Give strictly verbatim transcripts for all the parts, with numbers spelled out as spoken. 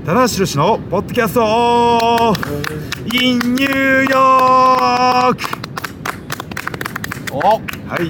棚橋宏のポッドキャスト in ニューヨーク。 おはい、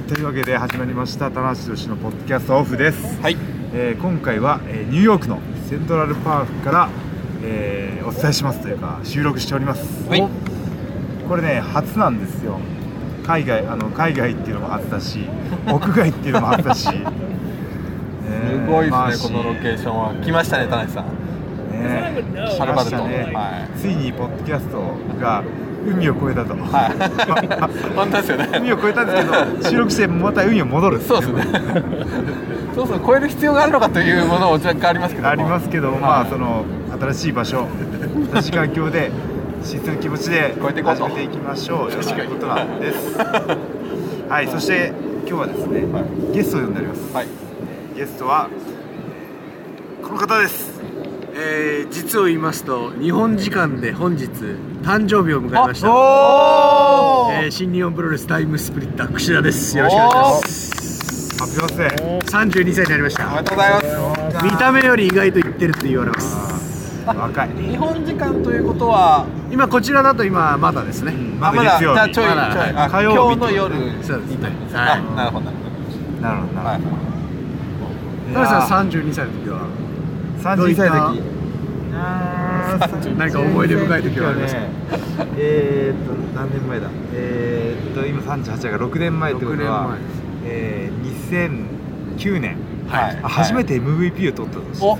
というわけで始まりました棚橋宏のポッドキャストオフです。 はい、 えー、今回は、えー、ニューヨークのセントラルパークから、えー、お伝えしますというか収録しております。 はい、 これね初なんですよ。海外あの海外っていうのも初だし屋外っていうのも初だし、ね、 すごいですね、このロケーションは。来ましたね、田中さん。 ね、 はるばると、 ね、 はい、 ついにポッドキャストが海を越えたと、 はい、本当ですよね。 海を越えたんですけど収録してまた海を戻る。 そうですねそうそう、越える必要があるのかというものも若干ありますけどありますけど、はい、まあその新しい場所新しい環境で新鮮な気持ちで始めていきましょうということなんですはい、そして今日はですね、はい、ゲストを呼んでおります、はい、ゲストはこの方です。 えー、実を言いますと日本時間で本日誕生日を迎えました。 おー、えー、新日本プロレスタイムスプリッター櫛田です。よろしくお願いします。 ハッピーバースデー。 さんじゅうにさいになりました。 おめでとうございます。 見た目より意外と言ってるって言われます。 若い。 日本時間ということは今こちらだと今まだですね、うん、 まだ月曜日、 まだちょいちょい、あ、 火曜日今日の夜。 そうですね、 はい、なるほどなるほどなるほど。 田中さんさんじゅうにさいの時はさんじゅうにさいの時何か思い出深い時はありますか？ えーっと何年前だえーっと今さんじゅうはちだからろくねんまえってことは、えー、にせんきゅうねん、はい、あ、初めて エムブイピー を取った年ですね。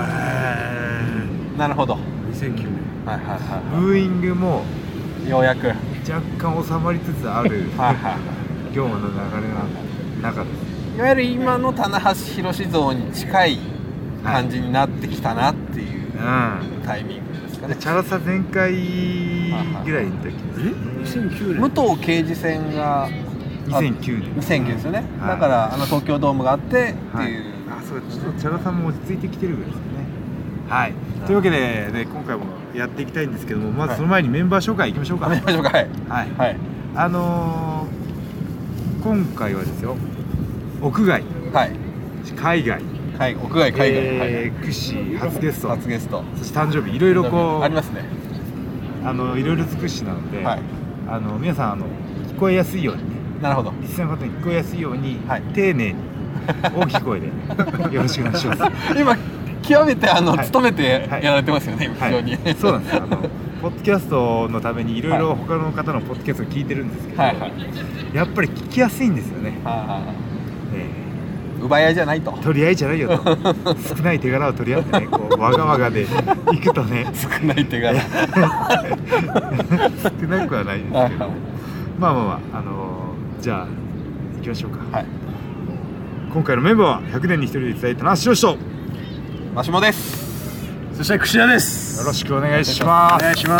なるほど、 にせんきゅうねん、 はいはいはい、 ブーイングもようやく若干収まりつつある業務の流れの中です。 いわゆる今の棚橋宏像に近い感じになってきたなっていう、はい、タイミングですかね。 チャラさ全開ぐらいの時ですね。 にせんきゅうねん武藤敬司戦がにせんきゅうねんにせんきゅうですよね、はい、だからあの東京ドームがあってっていう、はい、 あ、そう、ちょっとチャラさも落ち着いてきてるぐらいですよね。はい、というわけで、ね、今回もやっていきたいんですけども、まずその前にメンバー紹介いきましょうか。 メンバー紹介、 はいはい、あのー、今回はですよ、屋外、はい、海外、 はい、屋外海外、 えー、櫛初ゲスト、 初ゲスト、 そして誕生日、いろいろこうありますね。あのいろいろ尽くしなので、はい、あの皆さんあの聞こえやすいようにね、 なるほど、 リスナーの方に聞こえやすいように、はい、丁寧に大きい声でよろしくお願いします今極めてあの、はい、努めてやられてますよね、 はい、 非常に、はい、 そうなんです。あのポッドキャストのためにいろいろ他の方のポッドキャストを聞いてるんですけど、はいはい、やっぱり聞きやすいんですよね。はいはいはい、 えー奪い合いじゃないと、 取り合いじゃないよと少ない手柄を取り合ってね、こうわがわがでいくとね少ない手柄少なくはないですけど、はいはい、まあまあまあ、あのー、じゃあ行きましょうか。はい、今回のメンバーはひゃくねんに一人で伝えたなしよしとマシモです。 そして櫛田です。 よろしくお願いします。 お願いします。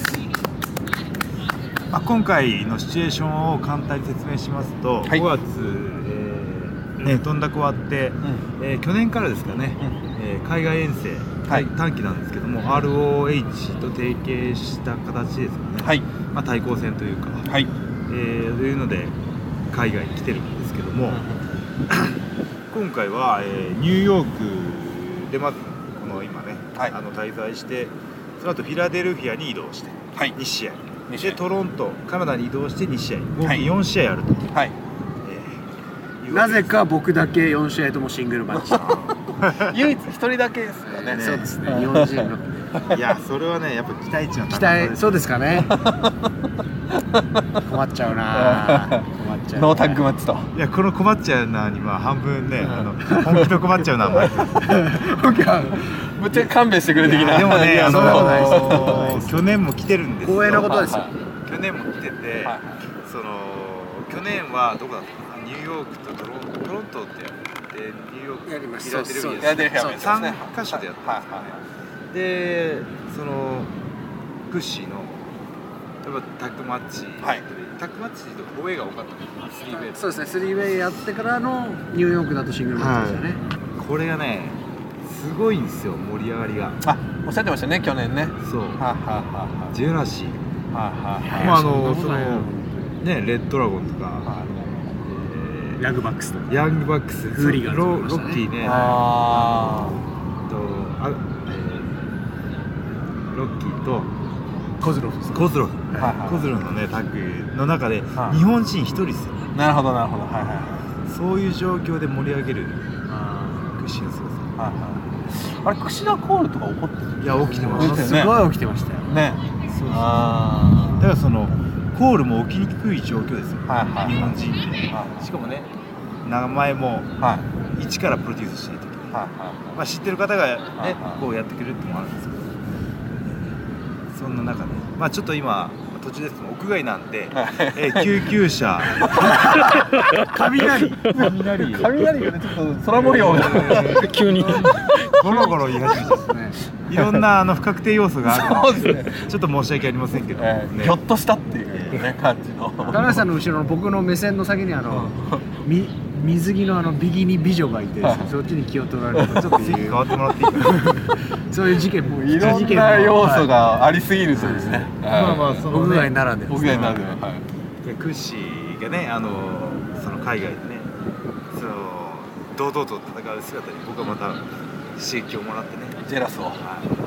まあ、今回のシチュエーションを簡単に説明しますと、はい、ごがつ、えーね、飛んだ子あって、うん、えー、去年からですかね、うん、えー、海外遠征、はい、短期なんですけども、うん、アールオーエイチ と提携した形ですよね、はい、まあ、対抗戦というか、はい、えー、というので海外に来てるんですけども、うん、今回は、えー、ニューヨークでまずこの今ね、はい、あの滞在して、その後フィラデルフィアに移動して、はい、に試合でトロント、カナダに移動してに試合、合計よん試合あると、はい、えー、 なぜか僕だけよん試合ともシングルマッチ唯一ひとりだけですよね。 そうですね、日本人のいや、それはね、やっぱ期待値の高さ期待、そうですかね困っちゃうな困っちゃう、 ノータッグマッチと。 いや、この困っちゃうなには半分ね、あの本気と困っちゃうなもあるぶっちゃけ勘弁してくれ的な。 でもね、あのー、去年も来てるんですよ。 光栄なことですよ。 去年も来てて、その去年はどこだったかな、ニューヨークとトロント、トロントってやってニューヨーク、 やりました。 フィラデルフィアさんカ所でやったんですよね。で、そのクッシーの例えばタッグマッチ、はい、タッグマッチでフォーウェイが多かったんです。スリーウェイ。 そうですね、スリーウェイやってからのニューヨークだとシングルマッチですよね。 はい、これがね、すごいんですよ、盛り上がりが。 あ、おっしゃってましたね、去年ね。 そう。はははジェラシー。はははまああのそのね、レッドドラゴンとか、はえー、ヤングバックスとか。 ヤングバックス、 フーリガンとか、 ロッキーね。 ああとあ、えー、 とコズロフですか。 コズロフ、 はいはい、 コズロフのねタッグの中で日本人一人ですよ。 なるほどなるほど、はいはいはい、 そういう状況で盛り上げる串がすごいです。はいはい、 あれ串田コールとか起こってる？ いや起きてました、 ね、すごい起きてましたよね。 そうそう。あだからそのコールも起きにくい状況ですよ、はいはい、日本人って、はい、しかもね名前も一からプロデュースしないといけない、はいはい、まあ、知ってる方がね、はいはい、こうやってくれるってのもあるんですけど、そんな中で、まあ、ちょっと今途中ですけど屋外なんで、えー、救急車雷雷雷がねちょっと空模様が急にゴロゴロ言い始めてですねいろんなあの不確定要素があるので、ね、ちょっと申し訳ありませんけど、 えーね、ひょっとしたっていうね感じの田中さんの後ろの僕の目線の先にあのみ水着のあのビギニ美女がいて、はい、そっちに気を取られるとちょっと変わってもらっていいかそういう事件もいろんな要素がありすぎるそうですね。 まあまあその屋外ならでは屋外ならでは、はい、 でクッシーがねあのその海外でねその堂々と戦う姿に僕はまた刺激をもらってね、 ジェラスを、はい、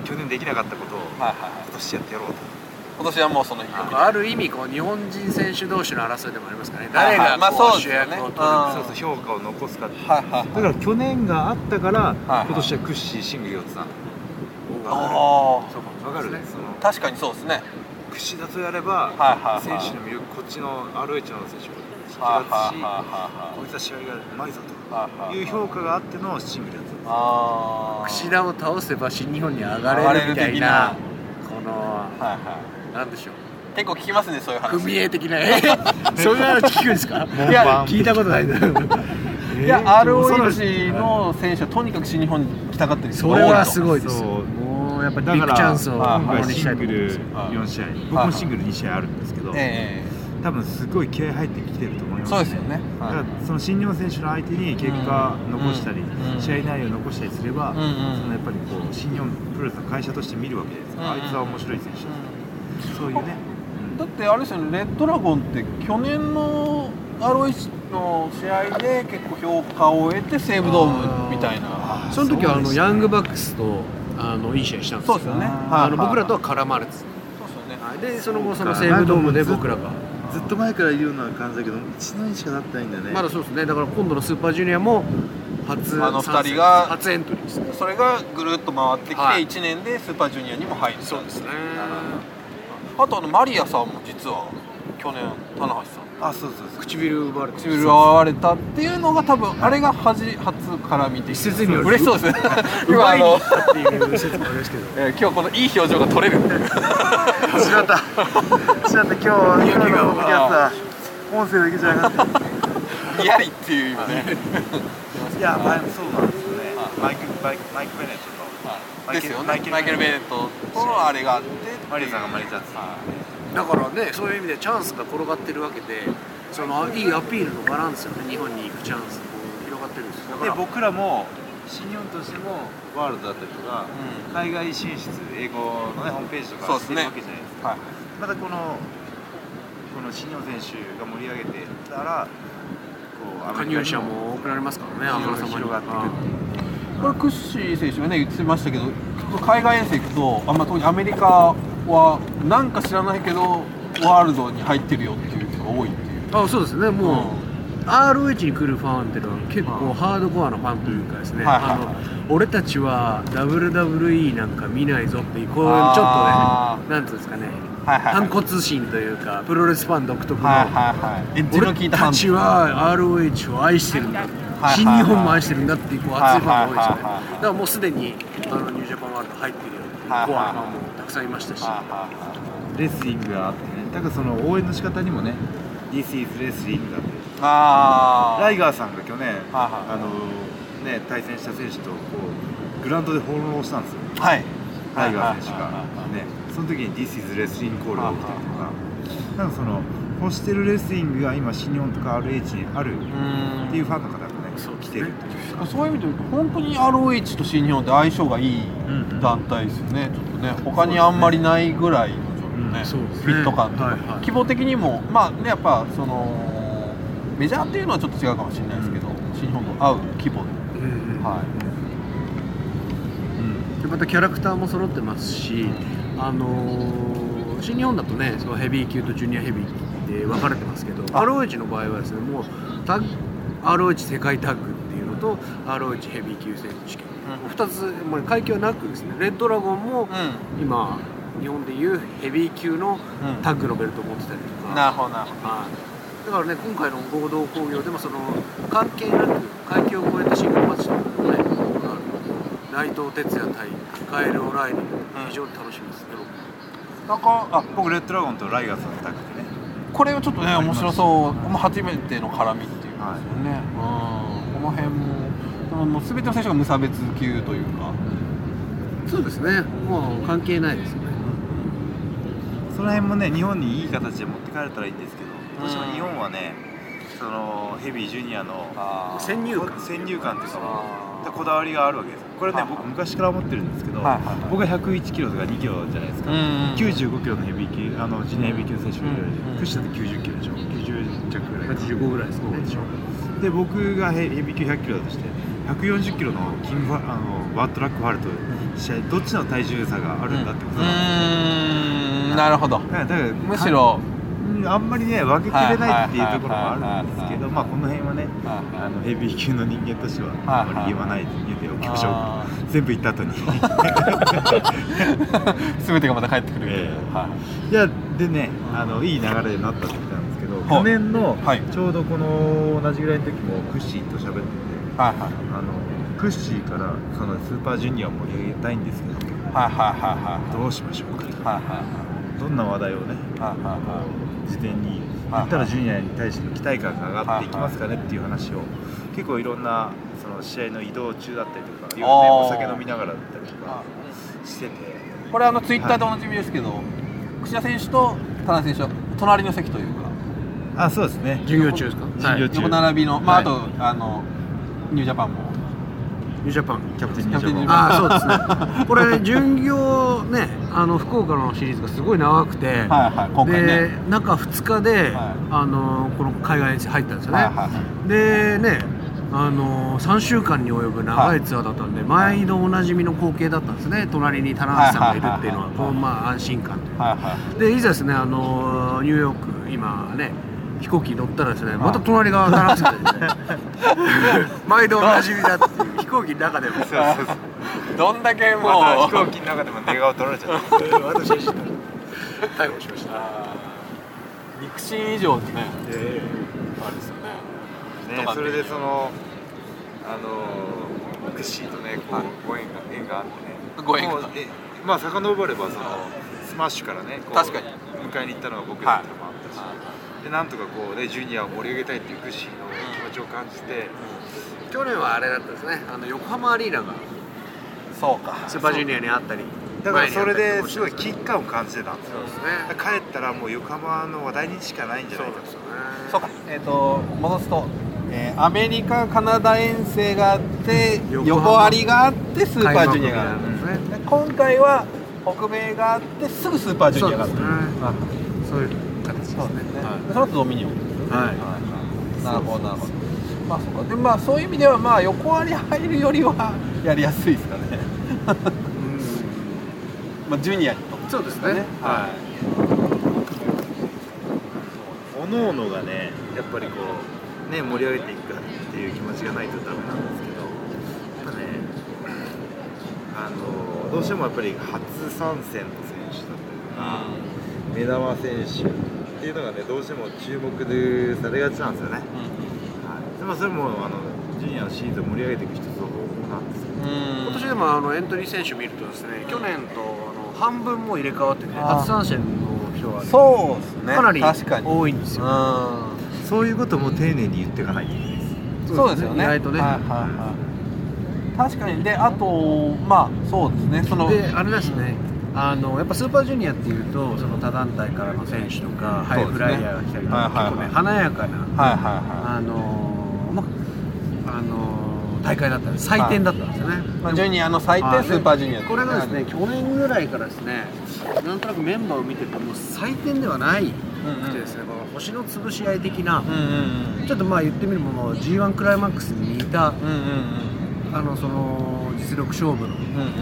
去年できなかったことを今年やってやろうと。 今年はもうそのある意味こう日本人選手同士の争いでもありますからね。誰がこう主役を取るか、 そうそう評価を残すかって。だから去年があったから今年はクッシーシングル四つなの。 ああ、わかるね。 確かにそうですね。 串田とやれば選手の魅力、こっちの アールオーエイチ の選手も引き立つし、こいつは試合がうまいぞという評価があってのシングル四つ。 串田を倒せば新日本に上がれるみたいなこのなんでしょう。 結構聞きますねそういう話。 組合的なえそういう話聞くんですか。いや聞いたことない。 いや アールオーエイチ の選手はとにかく新日本に来たかったりする。 それはすごいです。もうやっぱりビッグチャンスを今回シングルよん試合、僕もシングルに試合あるんですけど、多分すごい気合入ってきてると思います。 そうですよね。 だからその新日本選手の相手に結果残したり、試合内容を残したりすれば、そのやっぱりこう新日本プロレスの会社として見るわけですから、あいつは面白い選手だ。そういうね。 だってあれですよね、レッドラゴンって去年の アールオーエイチ の試合で結構評価を得て西武ドームみたいな。 その時はあのヤングバックスとあのいい試合したんですよ。 そうですよね。 あの僕らとは絡まれてた。そうですよね。でその後その西武ドームで僕らがずっと前から言うような感じだけど一度にしかなってないんだよね。 まだそうですね。だから今度のスーパージュニアも初あのふたりが初エントリーですね。 それがぐるっと回ってきていちねんでスーパージュニアにも入る。 そうですね。 あとあのマリアさんも実は去年棚橋さんあそうそう唇奪われた唇奪われたっていうのが多分あれが初初絡み的説による嬉しそうですね今あのっていう説もありますけど、 えー、今日このいい表情が撮れるしまったしまった今日今日のやつは音声だけじゃなくてリアリっていう今ねいや前もそうなんですよね。マイクマイクマイクベネットとですよね。マイケル・ベネットとのあれがあってマリアさんがマリアさんだからね、そういう意味でチャンスが転がってるわけで、そのいいアピールのバランスよね。日本に行くチャンス広がってるんですよ。 で僕らも新日本としてもワールドだったりとか、うん、海外進出英語の、ね、ホームページとかしてるわけじゃないですか。はい、またこのこの新日本選手が盛り上げてたらこう加入者も多くなりますからね。あからさまに広がっていくっていう。 これクッシー選手がね言ってましたけど、海外遠征行くとあんま特にアメリカはなんか知らないけどワールドに入ってるよっていう人が多いっていう。 あ、そうですね。もう、うん、アールオーエイチ に来るファンっていうのは結構ハードコアなファンというかですね、あの俺たちは ダブリューダブリューイー なんか見ないぞっていうこういうちょっとね、なんていうんですかね、反骨心というかプロレスファン独特の、 はいはいはい、エッジの効いたファン俺たちは アールオーエイチ を愛してるんだ、新日本も愛してるんだっていうこう熱いファンが多いですよね。だからもうすでにあのニュージャパンワールド入ってるよっていうコアなファンもたくさんいましたし、 レスリングがあってね、だからその応援の仕方にもね、This is Wrestling だって、 あライガーさんが去年あのね対戦した選手とこうグラウンドで放浪したんですよ。 はい。 ライガー選手がね、その時に This is Wrestling コールが起きたりとか、なんかその欲してるレスリングが今新日本とか アールエイチ にあるっていうファンの方がね、そう来てるっていうか、 そういう意味で本当に アールオーエイチ と新日本って相性がいい団体ですよね。ちょっとね、他にあんまりないぐらいのね、フィット感とか、規模的にもまあね、やっぱそのメジャーっていうのはちょっと違うかもしれないですけど、新日本と合う規模で、はい。 でまたキャラクターも揃ってますし、 あのー、新日本だとねそのヘビー級とジュニアヘビーって分かれてますけど アールオーエイチ の場合はですねもうタッ アールオーエイチ 世界タッグっていうのと アールオーエイチ ヘビー級選手権、うん、ふたつもう階級はなくですねレッドドラゴンも今、うん、日本でいうヘビー級のタッグのベルトを持ってたりとか、 うん、なるほどなるほど、 はい、だからね今回の合同興行でもその関係なく階級を超えたシングルマッチとかもね内藤哲也対カエル・オライリー非常に楽しみですね、 うん、なんかあ僕レッドドラゴンとライガースのタッグでねこれはちょっとね面白そうもう初めての絡みっていうかですよね、はい、うん、この辺ももう全ての選手が無差別級というかそうですねもう関係ないですよね、 うん、その辺もね日本にいい形で持って帰れたらいいんですけどどうしても日本はねそのヘビージュニアの先入観先入観っていうかこだわりがあるわけです。これね僕昔から思ってるんですけど、はいはいはい、僕はひゃくいちキロとかにキロじゃないですか、うんうん、きゅうじゅうごキロのヘビー級あのジュニアヘビー級の選手がいるじゃないですか、うんうん、屈指だときゅうじゅっキロでしょきゅうじゅう弱ぐらいはちじゅうごぐらいですねでしょで僕がヘビー級ひゃくキロだとしてひゃくよんじゅっキロのキングファあのワットラックファルと試合どっちの体重差があるんだってことなんですよ、うん、 なるほどだからむしろあんまりね分けきれないっていうところもあるんですけど、まあこの辺はね、あのヘビー級の人間としてはあまり言わないで言っておきましょうか。全部言った後に全てがまた帰ってくるみたいな。 えーはい、いやでねあのいい流れになったって言ったんですけど、去年のちょうどこの同じぐらいの時もクッシーと喋ってて、はいはい、あのクッシーからそのスーパージュニアを盛り上げたいんですけど、はいはいはいはい、どうしましょうか。はいはいはい、どんな話題をね、はいはいはい、事前に言ったらジュニアに対しての期待感が上がっていきますかねっていう話を結構いろんなその試合の移動中だったりとかいろんなお酒飲みながらだったりとかしてて、 これあのツイッターでおなじみですけど、はい、櫛田選手と田中選手は隣の席というか、 あ、そうですね、 授業中ですか、 授業中、 横並びの、まあ、あと、はい、あのニュージャパンもニュージャパンキャプテンニュージャパン、 ああそうですねこれ巡業ねあの福岡のシリーズがすごい長くて、はいはい、今回ねで中ふつかで、はい、あのこの海外遠征入ったんですよね、はいはい、でねあのさんしゅうかんに及ぶ長いツアーだったんで、はい、毎度おなじみの光景だったんですね。隣に棚橋さんがいるっていうのは、こうまあ安心感というか、はいはい、でいざですねあのニューヨーク今ね飛行機に乗ったらですね、また隣が棚橋さんでね毎度おなじみだっていう飛行機の中でもそうそうそうどんだけもう、 ま、飛行機の中でも寝顔取られちゃった私は知った逮捕しました。 肉親以上ってね、えー、あれですよね。 ね、それでそのあのクッシーとねこう、はい、ご縁が縁があってね、 ご縁がえまあ遡ればそのスマッシュからねこう確かに迎えに行ったのが僕だったのもあったし、はい、でなんとかこうねジュニアを盛り上げたいっていうクッシーの気持ちを感じて、 うん、去年はあれだったんですね、あの横浜アリーナがそうかスーパージュニアにあったり、 だからそれですごい危機感を感じてたんですよ。 そうですね、 帰ったらもう横浜の話題にしかないんじゃないかと。そうですよね。 そうか、えっと戻すと、えー、アメリカカナダ遠征があって横ありがあってスーパージュニアがあるんですね。今回は北米があってすぐスーパージュニアがある。 そういう形ですね。 その後ドミニオン。はい。なるほどなるほど。まあそうか。でまあそういう意味ではまあ横あり入るよりはやりやすいですかね。まあジュニアにと。 そうですね。はい。 おのおのがねやっぱりこうね盛り上げていくかっていう気持ちがないとダメなんですけど、やっぱねあのどうしてもやっぱり初参戦の選手だったりとか、うん、目玉選手っていうのがねどうしても注目されがちなんですよね。うんはい、でもそれもあのジュニアのシーズンを盛り上げていく一つの方法なんですけど、 今年でもあのエントリー選手見るとですね、去年とあの半分も入れ替わってて、初参戦の人は、ね、 そうですね、 かなり多いんですよ。 そういうことも丁寧に言っていかないといけないです。 そうですよね。 意外とね。はいはいはい。 確かに。で、あとまあそうですね。そのであれですね。あのやっぱスーパージュニアっていうとその他団体からの選手とかハイフライヤーが来たりとか、結構ね華やかな、はいはいはい、あのまああの大会だったんです。祭典だったんですよね。 まあ、ジュニアの祭典、スーパージュニア。 これがですね去年ぐらいからですね、なんとなくメンバーを見てても祭典ではないくてですね、この星の潰し合い的な、うんうんうん、ちょっとまあ言ってみるもの ジーワン クライマックスに似た、うんうんうん、あのその実力勝負の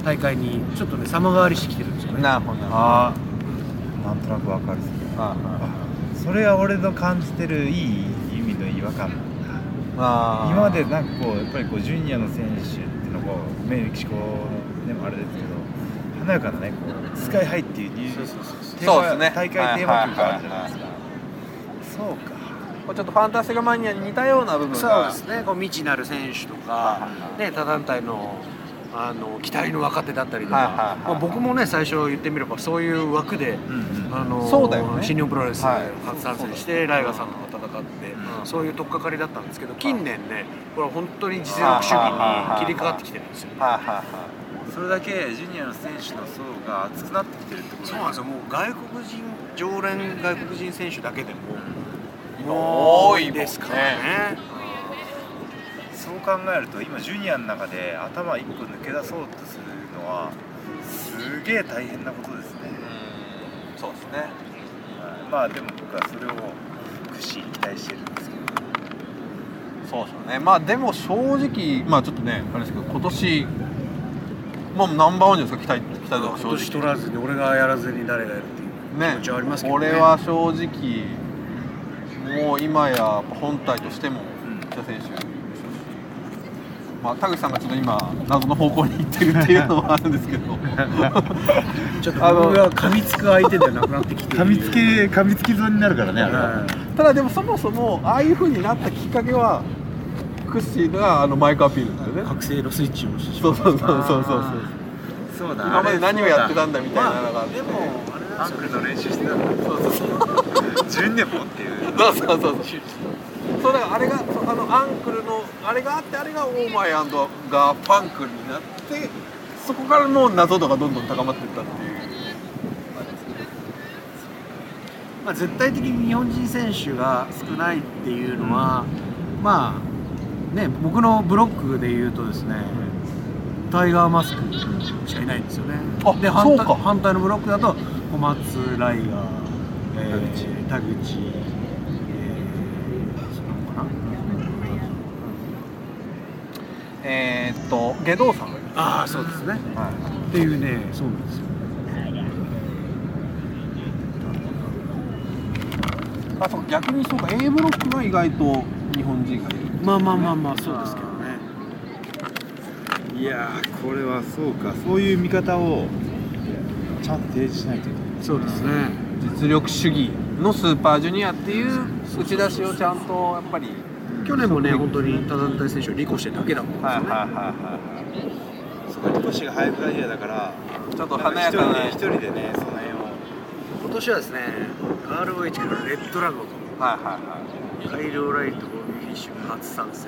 大会にちょっとね様変わりしてきてるんですよね。 なるほど。 ああ、なんとなくわかるっすね。ああ、それは俺の感じてるいい意味の違和感なんだ。あ今までなんかこうやっぱりこうジュニアの選手っていうのをこうメキシコでもあれですけど華やかなねこうスカイハイっていう、 そうそうそうそう大会テーマ曲があるじゃないですか。そうか。 ちょっとファンタスティカマニアに似たような部分がそうですね。こう未知なる選手とか、ね、他団体のあの期待の若手だったりとか、まあ、僕もね最初言ってみればそういう枠で、うんうん、あのそうだよね、 新日本プロレスで初参戦してライガーさんと戦って、うん、そういう取っかかりだったんですけど近年ねこれは本当に実力主義に切り替わってきてるんですよ。 それだけジュニアの選手の層が厚くなってきてるってことですか。 そうなんですよ。もう外国人常連外国人選手だけでも多いですからね。 そう考えると今ジュニアの中で頭いっこ抜け出そうとするのはすげえ大変なことですね。 うん、そうですね。 まあでも僕はそれを屈し期待してるんですけど。 そうですよね。まあでも正直まあちょっとねあれですけど今年もうナンバーワンじゃないですか期待期待度は正直。 今年取らずに俺がやらずに誰がやるっていう気持ちはありますけどね。 俺は正直もう今や本体としても北選手。まあ、田口さんがちょっと今謎の方向に行ってるっていうのはあるんですけどちょっと僕が噛みつく相手ではなくなってきて噛みつけ噛みつき損になるからねあれは。 ただでもそもそもああいう風になったきっかけはクッシーがあのマイクアピールですよね。 覚醒のスイッチをしてしまった。そうそうそうそうそうそうだ。 今まで何をやってたんだみたいなのが、 まあ、でもアンクルの練習してたんだ。そうそうそうじゅうねんもっていうそうそうそうそうそうだからあれがあのアンクルのあれがあってあれがオーマイ&ガーファンクルになってそこからの謎度がどんどん高まっていったっていう、 まあ、絶対的に日本人選手が少ないっていうのは、うん、まあね僕のブロックでいうとですね、うん、タイガーマスクしかいないんですよね。で反対、反対のブロックだと小松ライガー、えー、田口えー、っと下道さんああそうですね、はい、っていうねそうなんですよ。 あそう逆にそうか A ブロックが意外と日本人がいる、ね、 まあまあまあまあそうですけどね。 いやーこれはそうかそういう見方をちゃんと提示しないといけない。 そうですね。 実力主義のスーパージュニアっていう打ち出しをちゃんとやっぱり去年もね本当に他団体選手をリコしてだけだもんですよね。はいはいはいはい。 そこリコしてがハイフライヤーだからちょっと華やかな一人でねその辺を今年はですね アールオーエイチ からレッドラゴンとはいはいはいカイル・オライト・ボビー・フィッシュ初参戦。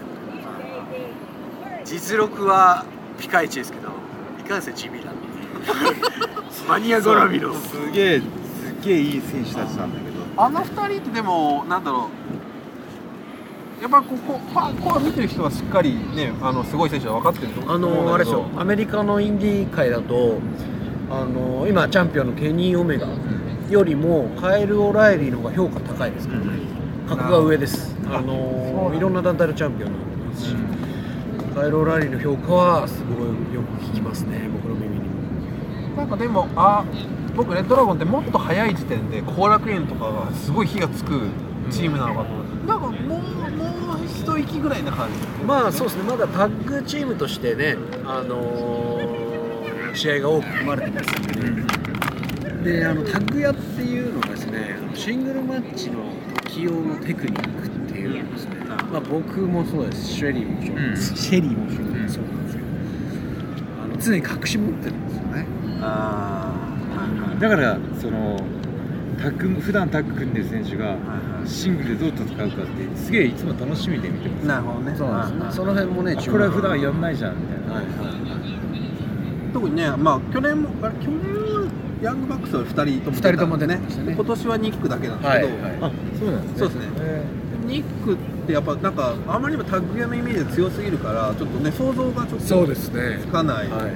実力はピカイチですけどいかんせん地味だっていうマニア好みのすげえすげえいい選手たちなんだけどあのふたりってでもなんだろうやっぱこここう見てる人はしっかりねあのすごい選手は分かってると思うんだけどあのあれですよアメリカのインディー界だとあの今チャンピオンのケニー・オメガよりもカエル・オライリーの方が評価高いですからね、うん、格が上です。あのいろんな団体のチャンピオンなんですし、うん、カエル・オライリーの評価はすごいよく聞きますね僕の耳にも。 なんかでもあ僕レッドラゴンってもっと早い時点で後楽園とかがすごい火がつくチームなのかと思って、うん、なんかもうもう一息ぐらいな感じ、ね、 まあそうですねまだタッグチームとしてねあのー、試合が多く組まれてますので、うん、であのタッグ屋っていうのがですねシングルマッチの起用のテクニックっていうのですね、うんまあ、僕もそうですシェリーもそうです、うん、シェリーもそうなんですけどあの常に隠し持ってるんですよね。 あだからそのタッグ普段タッグ組んでる選手がシングルでどう戦うかってすげえいつも楽しみで見てます。 なるほどね。 そうなんですね。その辺もねこれは普段やんないじゃんみたいな、はいはい、 特にねまあ去年もあれ去年はヤングバックスはふたりとも出たんですね。ふたりとも出てましたね。今年はニックだけなんですけど、はいはい、あそうなんですね。そうですね。ニックってやっぱなんかあまりにもタッグ屋のイメージが強すぎるからちょっとね想像がちょっとそうですねつかない。 はいはいはい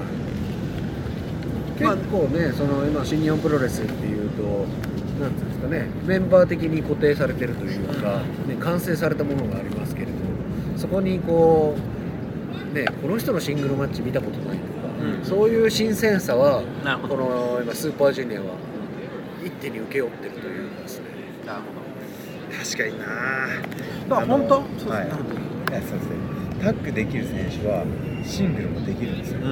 結構ね、その今新日本プロレスっていうとなんていうんですかねメンバー的に固定されてるというか、ね、完成されたものがありますけれどそこにこうねこの人のシングルマッチ見たことないとかうん、そういう新鮮さはこの今スーパージュニアは一手に受け負ってるというかですね。 なるほど。確かにな。 だから本当？ はい。いやそうですね。タッグできる選手はシングルもできるんですよ。うん、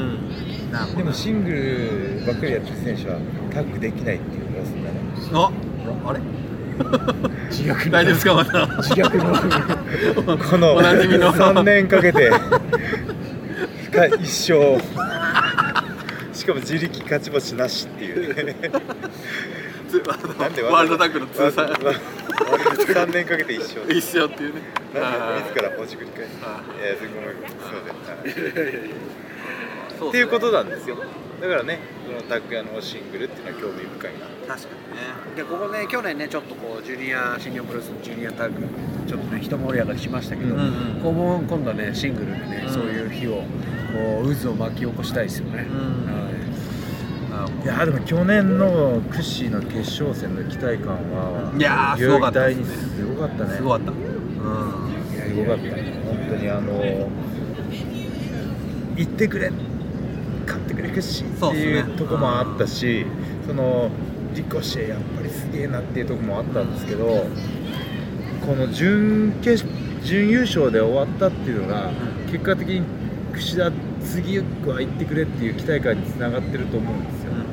なるほど。でもシングルばっかりやってる選手はタッグできないっていうクラスになる。 あ、あれ？ 自虐大丈夫ですかまた？ 自虐のこのさんねんかけて一生しかも自力勝ち星なしっていうね。 なんでワールドタッグの通算さんねんかけて一生一生っていうね。 なんで自らほじくり返す。いやごめんすみません。っていうことなんですよ。だからね、このタッグ屋のシングルっていうのは興味深いな。 確かにね。 でここね去年ねちょっとこうジュニア新日本プロレスのジュニアタッグちょっとね一盛り上がりしましたけど、うんうん、ここ今度はねシングルでね、うん、そういう日をこう渦を巻き起こしたいですよね。うんはい、いやでも去年のクッシーの決勝戦の期待感は、 いやーすごかったですね。 すごかったね。 すごかった。うん。 いやすごかった。本当にあの言ってくれ。勝ってくれクッシーっていうところもあったし、そのリコシェやっぱりすげえなっていうところもあったんですけど、この準決準優勝で終わったっていうのが結果的に櫛田次は行ってくれっていう期待感につながってると思うん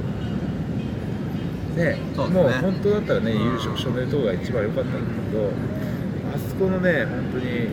ですよ。で、もう本当だったらね優勝初年の方が一番良かったんだけど、あそこのね本当に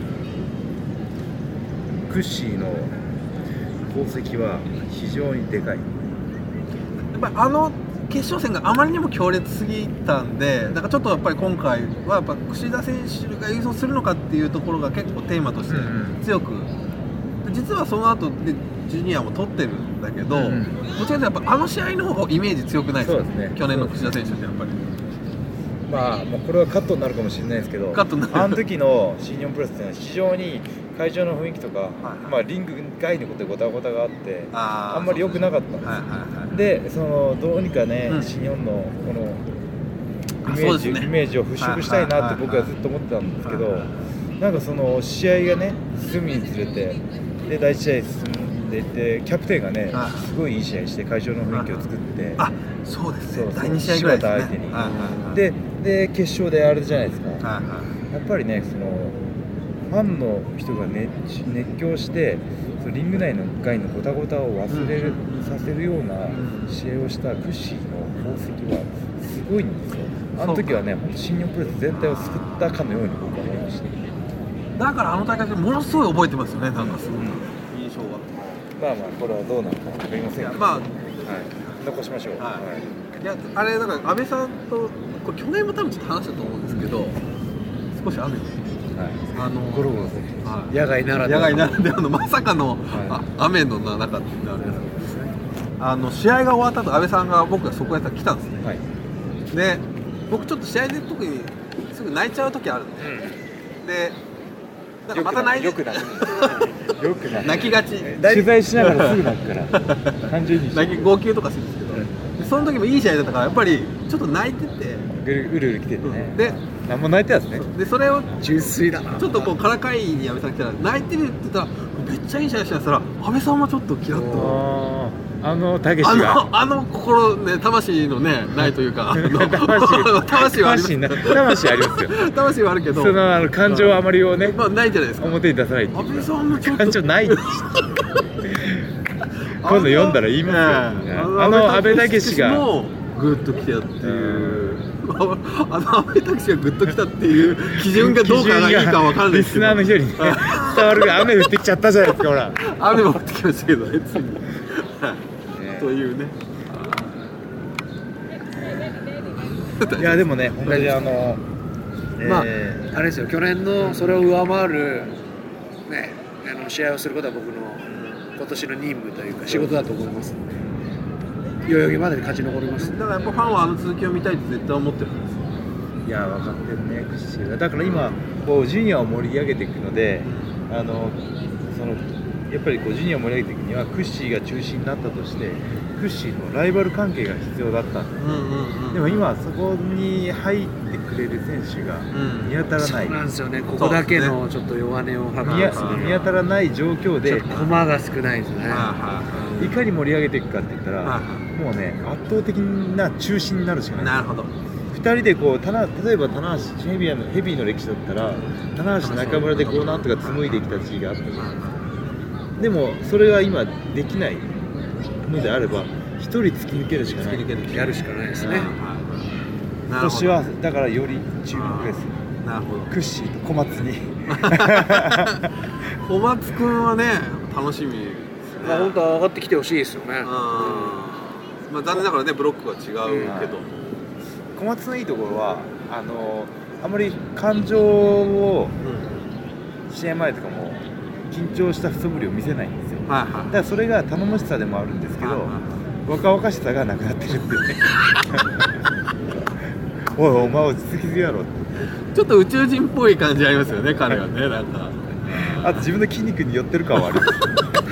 クッシーの功績は非常にでかい。やっぱりあの決勝戦があまりにも強烈すぎたんで、だからちょっとやっぱり今回はやっぱ櫛田選手が優勝するのかっていうところが結構テーマとして強く、うんうん、実はその後でジュニアも取ってるんだけど、うんうん、どちらかというとやっぱあの試合の方がイメージ強くないですか、ね、去年の櫛田選手ってやっぱり。 まあ、まあこれはカットになるかもしれないですけど、あの時の新日本プロレスっていうのは非常に会場の雰囲気とか、はいはい、まあ、リング外のことでごたごたがあってあ, あんまり良くなかったんですよ。はいはいはい、でそのどうにかね、うん、新日本のこのイメージ、ね、イメージを払拭したいなって僕はずっと思ってたんですけど、なんかその試合がね進むにつれてでだいいち試合進んでいてキャプテンがねすごいいい試合して会場の雰囲気を作って、 あそうですね、だいに試合ぐらいですね、 相手に、はいはいはい、で, で決勝であれじゃないですか、はいはい、やっぱりねそのファンの人が 熱, 熱狂してそのリング内の外のゴタゴタを忘れる、うん、させるような試合をしたクッシーの功績はすごいんですよ。あの時はね新日本プロレス全体を救ったかのように僕は思いました。 だからあの大会でものすごい覚えてますよね、なんかすごく、うん、印象が。 まあまあこれはどうなるか分かりませんけど、まあ、はい、残しましょう。はい、 いやあれだから安倍さんとこれ去年も多分ちょっと話したと思うんですけど、少し雨です。はい、あのゴロゴロする、 はい、野外ならでは野外ならではのまさかの、はい、あ雨の中っていうのはあれなんですね。あの試合が終わった後安倍さんが僕がそこへ来たんですね。はい、で僕ちょっと試合で特にすぐ泣いちゃう時あるんで、うん、でなんかまた泣いてよくないよくない泣きがち、 取材しながらすぐ泣くから単純に泣き号泣とかするんですけど、うん、でその時もいい試合だったからやっぱりちょっと泣いててうるうる来ててね、 うん、で何も泣いてたんですね。 でそれを純粋だなちょっとこうからかいに安倍さん来たら泣いてるって言ったらめっちゃいい試合したら安倍さんはちょっとキラッとあのたけしがあのあの心ね魂のねないというか魂魂はあります魂ありますよ魂はあるけどそのあの感情はあまりをね、 まあ、ないじゃないですか表に出さないっていう安倍さんもちょっと感情ない今度読んだら言いますよ、ね、あの安倍たけしがもグッときたっていうあの安倍たけしがグッときたっていう基準がどうかがいいかわからないですけどリスナーの人に、ね、伝わるが雨降ってきちゃったじゃないですかほら雨も降ってきましたけどねついにというねいやでもね同じあのまあ、えー、あれですよ去年のそれを上回るねあの試合をすることは僕の今年の任務というか仕事だと思いますので代々木までに勝ち残ります。 だからやっぱファンはあの続きを見たいって絶対思ってるんですよ。 いや分かってるねクッシーがだから今こうジュニアを盛り上げていくので、うん、あのそのやっぱりこうジュニアを盛り上げていくにはクッシーが中心になったとしてクッシーのライバル関係が必要だったんです、うんうんうん、でも今そこに入ってくれる選手が見当たらない、 うん、そうなんですよねここだけのちょっと弱音を吐くんですね見当たらない状況で駒が少ないですねいかに盛り上げていくかって言ったら、もうね圧倒的な中心になるしかない。 なるほど。 ふたりでこうたな例えば棚橋ヘビーのヘビーの歴史だったら棚橋中村でこうなんとか紡いできた時期があったじゃないですか。でもそれが今できないのであれば一人突き抜けるしかない。 やるしかないですね。 今年はだからより注目です。 なるほど。 クッシーと小松に小松くんはね楽しみですね。 まあ本当は上がってきてほしいですよね。うん、 まあ残念ながらねブロックが違うけど、うん、 小松のいいところはあのあまり感情を、うん、試合前とかも緊張した素振りを見せないんですよ。はいはい、だからそれが頼もしさでもあるんですけど、はいはい、若々しさがなくなってるっていうねおいお前落ち着きすぎやろってちょっと宇宙人っぽい感じありますよね彼はね。なんかあと自分の筋肉に寄ってる感はあります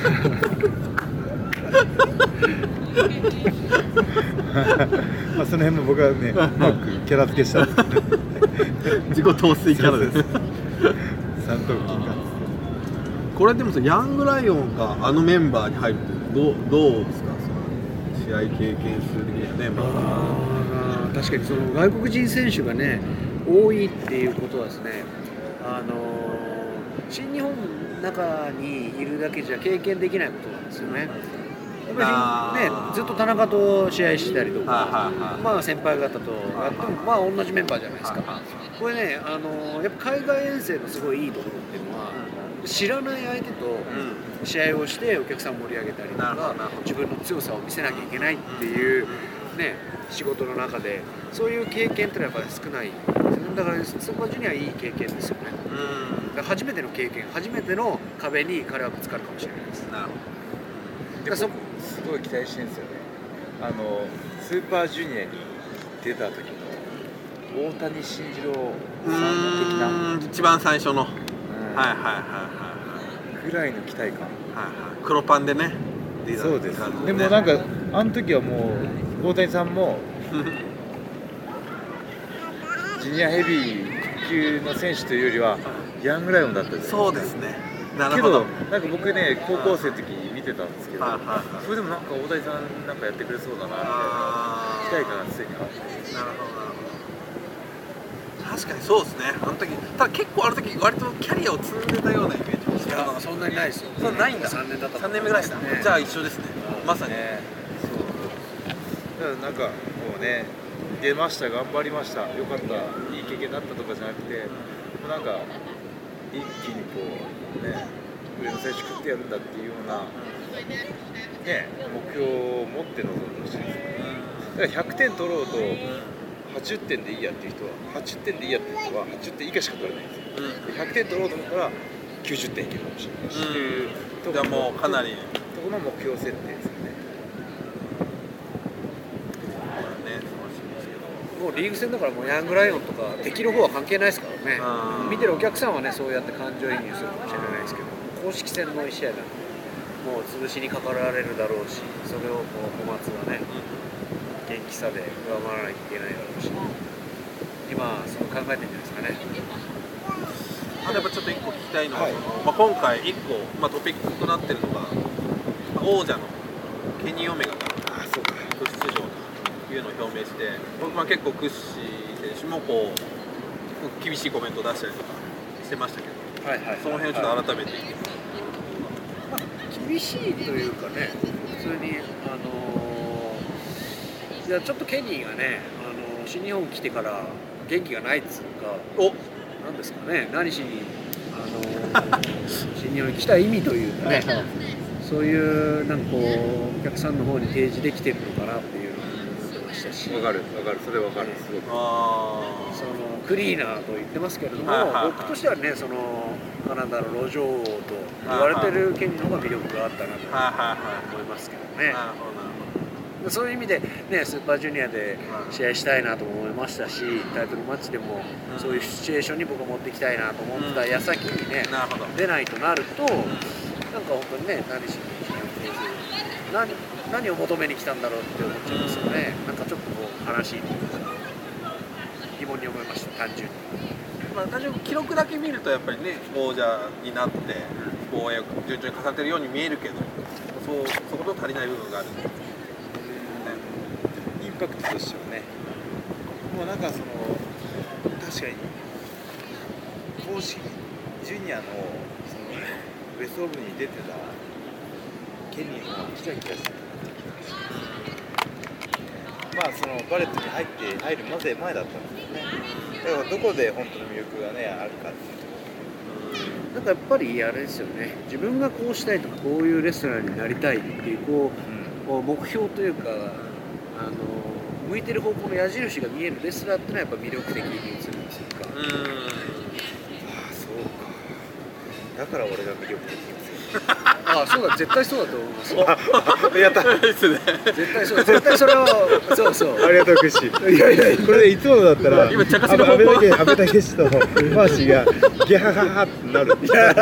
まあその辺も僕はねうまくキャラ付けしたんですけど自己陶酔キャラです三頭筋がこれでもさヤングライオンがあのメンバーに入るってどう、どうですかその試合経験する的にはね、まあ、 あ確かにその外国人選手がね多いっていうことはですね、あの新日本の中にいるだけじゃ経験できないことなんですよね。やっぱりねずっと田中と試合したりとか、まあ先輩方とやってもまあ同じメンバーじゃないですか。これねあのやっぱ海外遠征のすごいいいところっていうのは知らない相手と試合をしてお客さんを盛り上げたりとか自分の強さを見せなきゃいけないっていうね仕事の中でそういう経験ってのはやっぱり少ない。だからそこはジュニアはいい経験ですよね。だから初めての経験、初めての壁に彼はぶつかるかもしれないです。なるほど。 でそこすごい期待してるんですよね。あのスーパージュニアに出た時の大谷慎次郎さん的な一番最初の、はいはいはいはいぐらいの期待感。はいはい。 黒パンでね。 そうです。でもなんかあの時はもう大谷さんもジュニアヘビー級の選手というよりはヤングライオンだったです。 そうですね。なるほど。けどなんか僕ね高校生の時見てたんですけど、それでもなんか大谷さんなんかやってくれそうだなみたいな期待感が常にあって。 なるほどなるほど。確かにそうですね。あの時ただ結構あの時割とキャリアを積んでたようなイメージも。 いやそんなにないですよ。 そんなないんだ。 さんねんだった。 さんねんめぐらいですね。じゃあ一緒ですね。まさに。 そう。だからなんかもうね。出ました頑張りましたよかったいい経験になったとかじゃなくてもうなんか一気にこうね上の選手食ってやるんだっていうような、ね、目標を持って臨んでほしいですね。だからひゃくてん取ろうとはちじゅってんでいいやっていう人ははちじゅってんでいいやっていう人ははちじゅってん以下しか取れないんですよ。ひゃくてん取ろうと思ったらきゅうじゅってんいけるかもしれないしっていうじゃあもうかなりところの目標設定ですよね。 もうリーグ戦だからもうヤングライオンとか敵の方は関係ないですからね。見てるお客さんはねそうやって感情移入するかもしれないですけど公式戦のいち試合なんでもう潰しにかかられるだろうしそれをこう小松はね元気さで上回らなきゃいけないだろうし今そう考えてるんじゃないですかね。 あとやっぱちょっといっこ聞きたいのは、はいまあ、今回いっこ、まあ、トピックとなってるのが王者のケニー・オメガが出場いうのを表明して、僕は結構クッシー選手もこう厳しいコメントを出したりとかしてましたけど、はいはい、その辺をちょっと改めて、 まあ、厳しいというかね普通にあのー、いやちょっとケニーがね、あのー、新日本来てから元気がないっつうかおなんですかね何しに、あのー、新日本に来た意味というかねそういうなんかこうお客さんの方に提示できてるのかなっていうわかるわかるそれわかるすごくあそのクリーナーと言ってますけれども、はいはいはい、僕としてはねそのカナダの路上王と言われてるケニーの方が魅力があったなと思いますけどね。そういう意味で、ね、スーパージュニアで試合したいなと思いましたしタイトルマッチでもそういうシチュエーションに僕は持っていきたいなと思ってた矢先にね、うん、出ないとなるとなんか本当にね何しに何何を求めに来たんだろうって思っちゃいますよね。なんかちょっとこう悲しい疑問に思いました単純に。 まあ単純に記録だけ見るとやっぱりね王者になって防衛を順調に重ねてるように見えるけどそうそこと足りない部分がある、ね、 インパクトとしてはね、もうなんかその確かに公式ジュニアのそのベストオブに出てたケニーが来た気がする。まあそのバレットに入って入るまで前だったんですよね。だからどこで本当の魅力がねあるかっていうと、 なんかやっぱりあれですよね、自分がこうしたいとかこういうレストランになりたいっていうこう、うん、こう目標というか、あの向いてる方向の矢印が見えるレスラーってのはやっぱ魅力的に映るんですよ。うん、ああそうか。だから俺が魅力的にああそうだ、絶対そうだと思いますやったですね。 絶対そう、絶対それはそうそう。 ありがとうクッシー。いやいや、これいつもだったら今茶化すの方向は安倍武史とマーシーがギャハハハってなる。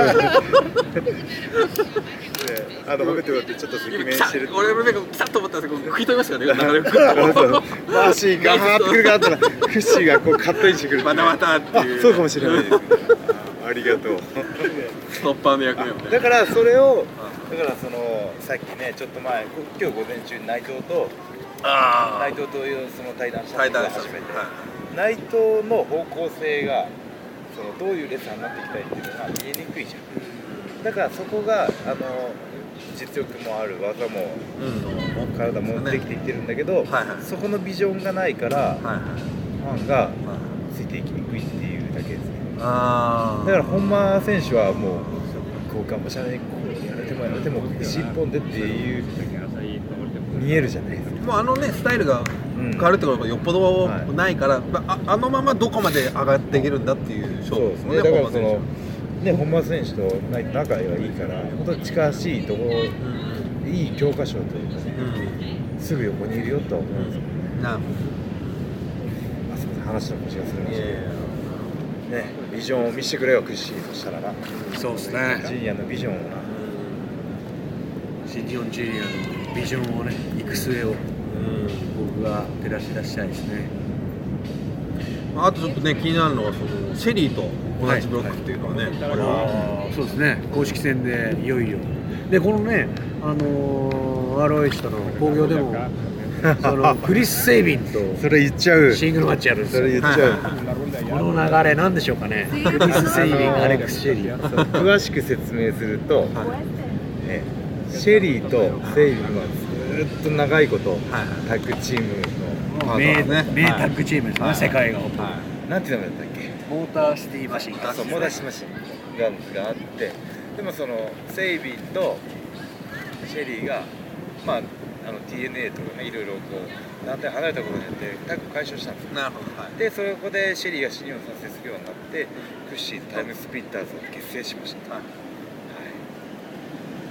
あの褒めてもらってちょっと赤面してる。 俺の目がピタッと思ったんですけど食い止めましたからね。 マーシーガハーってくるかったらクッシーがこうカットインしてくる。 またまたっていう。 そうかもしれないです。ありがとう。 ストッパーの役目をね。 だからそれをだからそのさっきねちょっと前今日午前中に内藤と内藤というその対談したのが初めて、はい、内藤の方向性がそのどういうレスラーになっていきたいっていうのが見えにくいじゃん。だからそこがあの実力もある技も、うん、体もできていってるんだけど、はいはい、そこのビジョンがないから、はいはい、ファンがついていきにくいっていうだけですね。あだから本間選手はもうこうがむしゃらにこうやられてもやられても一本でっていう見えるじゃないですか。 もうあのねスタイルが変わるってことがよっぽどないから、うんはい、あ, あのままどこまで上がっていけるんだっていう勝負ですね。 だからそのね本間選手と仲がいいから本当に近しいところ、うん、いい教科書というかね、うん、すぐ横にいるよとは思うんですよね。なるほど。あすみません話の腰がするんですけど。ね、ビジョンを見せてくれよクッシー。そしたらなそうですね、 ジュニアのビジョンをな、 新日本ジュニアのビジョンをね育成を、うん、僕が照らし出したいですね。 あとちょっとね気になるのはそのシェリーと同じブロックっていうのはね、はいはい、あそうですね、公式戦でいよいよでこのねあのー、アールオーエイチ との興行でもそのクリス・セイビンとそれ言っちゃうシングルマッチやるんですよ。 それ言っちゃうこの流れなんでしょうかね。クリス・セイビン、アレックス・シェリー。 詳しく説明すると、ね、シェリーとセイビンはずっと長いことタッグチームの名タッグチームですね、世界が誇る。 なんていう名前だったっけ？ モーターシティマシン。 そう、モーターシティマシンがあって、でもそのセイビンとシェリーがまああの ティーエヌエー とかねいろいろこう団体離れたことによってタッグ解消したんですよ。 なるほど、はい、 でそこでシェリーが新日本参戦するようになって、クッシーとタイムスプリッターズを結成しました。はいはい、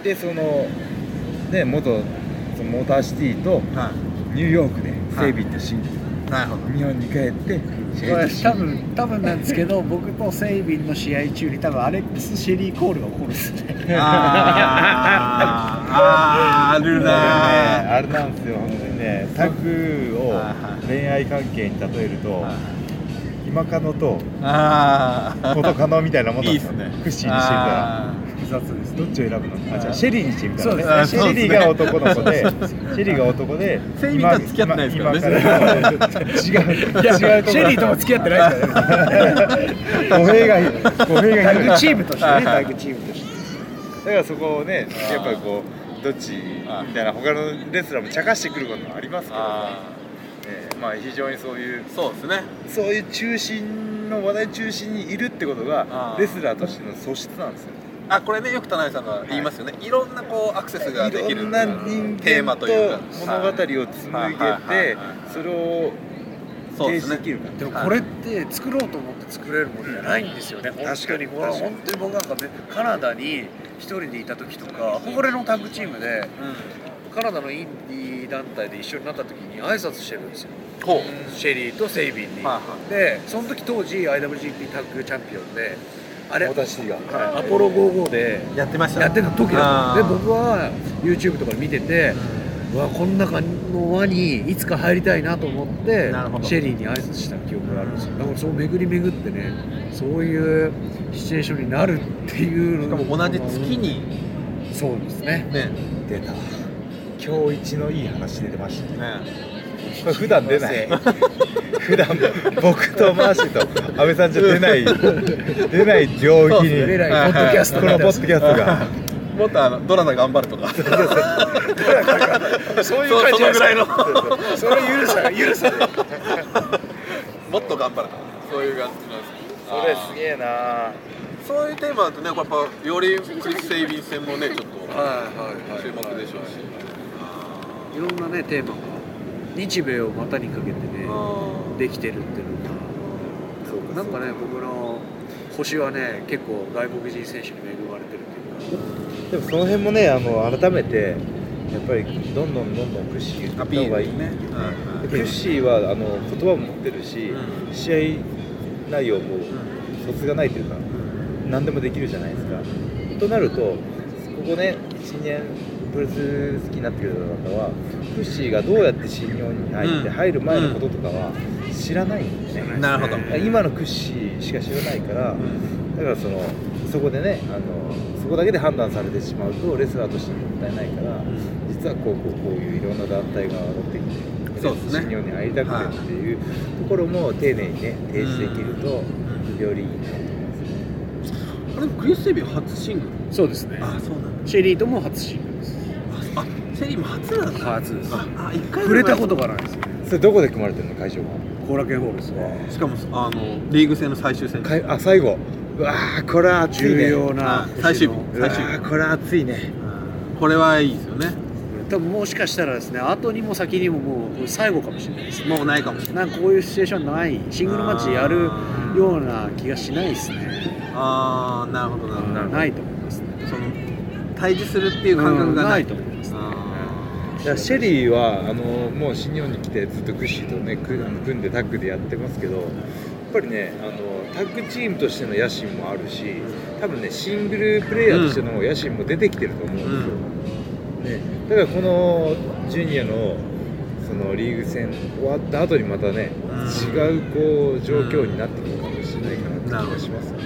でそのね元そのモーターシティとニューヨークでセイビンとシン日本に帰って多分多分なんですけど僕とセイビンの試合中に多分アレックス・シェリーコールが起こるんですね。 あああるなーあれなんですよ。本当にねタッグを恋愛関係に例えると今カノと元カノみたいなもんなんですよね。クッシーにしてみたら複雑です。どっちを選ぶの？あ、じゃあシェリーにしてみたらね。シェリーが男の子で、シェリーが男で、 セイビンとは付き合ってないですからね。 違う違う。 シェリーとも付き合ってないですからね。 語弊が語弊がタッグチームとしてね、タッグチームとして。 だからそこをね、やっぱりこうどっちみたいな他のレスラーも茶化してくることもありますけど、えー、まあ非常にそういうそうですね。 そういう中心の話題中心にいるってことがレスラーとしての素質なんですよ。 あ、これねよく田辺さんが言いますよね、はい、いろんなこうアクセスができるいろんな人間と物語を紡いでてそれを提示できるか。 でもこれって作ろうと思って作れるものじゃないんですよね。確かにこれは本当に僕なんかねカナダに一人でいた時とか憧れのタッグチームで、うん、カナダのインディー団体で一緒になった時に挨拶してるんですよ。ほうシェリーとセイビンに、はあはあ、でその時当時 アイダブリュージーピー タッグチャンピオンであれアポロごじゅうごでやってました、ね、 やってた時だったで僕は YouTube とか見てて、うん、うわこの中の輪にいつか入りたいなと思ってシェリーに挨拶した記憶があるんですよ。だからそう巡り巡ってねそういうシチュエーションになるっていうしかも同じ月にそうですね。 ね、 出た。今日一のいい話出てましたね。これ普段出ない。普段僕とマーシーと安倍さんじゃ出ない出ない領域に出ないポッドキャストこのポッドキャストがもっとあのドラマ頑張るとかそういう感じそのぐらいのそれ許さない許さないもっと頑張るとかそういう感じなんですけど、 それすげえな。 そういうテーマだとね、やっぱよりクリス・セイビン戦もねちょっと注目でしょうし、 いろんなねテーマが日米を股にかけてねできてるっていうのが、なんかね僕の星はね結構外国人選手に恵まれてるっていうか。 でもその辺もね、あの改めてやっぱりどんどんどんどんクッシー言った方がいいね。クッシーはあの言葉も持ってるし、うん、試合内容も卒がないというか、うん、何でもできるじゃないですか。となるとここねいちねんプロレス好きになってくれた方はクッシーがどうやって新日本に入って、うん、入る前のこととかは知らないんでね、 うん、なるほど。 今のクッシーしか知らないから、うん、だからそのそこでねあのそこだけで判断されてしまうとレスラーとしてもったいないから、うん、実はこうこうこういういろんな団体が乗ってきて、そうですね、新日本に入りたくてっていうところも丁寧にね提示できると、うん、よりいいなと思いますね。 あでもクリス・セイビン初シングル。 そうですね。 あそうなんだ。 シェリーとも初シングルです。 あシェリーも初なんだ。 初です。 あ一回触れたことがないですね。 それどこで組まれてるの会場は？ 後楽園ホールですね。 しかもあのリーグ戦の最終戦。 あ最後。うわーこれは熱いね。 重要な最終日。最終日。これは熱いね。 これはいいですよね。 多分もしかしたらですね、後にも先にももう最後かもしれないです。 もうないかもしれない。 なんかこういうシチュエーションないシングルマッチやるような気がしないですね。 ああなるほどなるほど。 ないと思いますね。 その対峙するっていう感覚がない、 うん、ないと思いますね。 いやシェリーはあのもう新日本に来てずっとクッシーとね組んでタッグでやってますけど、やっぱりねあのタッグチームとしての野心もあるし、多分ねシングルプレイヤーとしての野心も出てきてると思うんですよ、うんね、だからこのジュニアのそのリーグ戦終わった後にまたね、うん、違うこう状況になってくるかもしれないかなって気がしますね、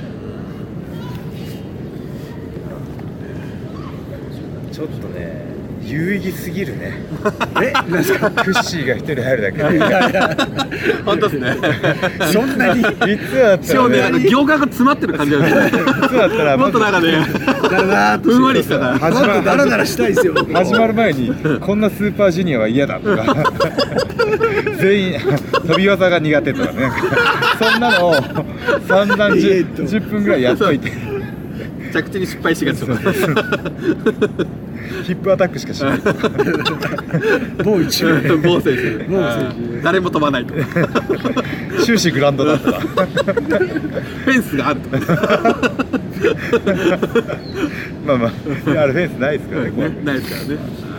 うん、ちょっとね有意義すぎるね。え、なんですか？クッシーが一人入るだけで。 本当ですね。 そんなに。 いつだったら、ね、 ね、あの行間が詰まってる感じなんですね。 いつだったら、 もっとなんかね、 だらふんわりしたから。 始まるダラダラしたいですよ。 始まる前にこんなスーパージュニアは嫌だとか、全員飛び技が苦手とかね、そんなのを散々じゅっぷんぐらいやっといて。 着地に失敗しがちとか。 ヒップアタックしかしない。 某一名某選手誰も飛ばないと終始グラウンドだったフェンスがあるとまあまああれフェンスないですからね、 ねないですからね。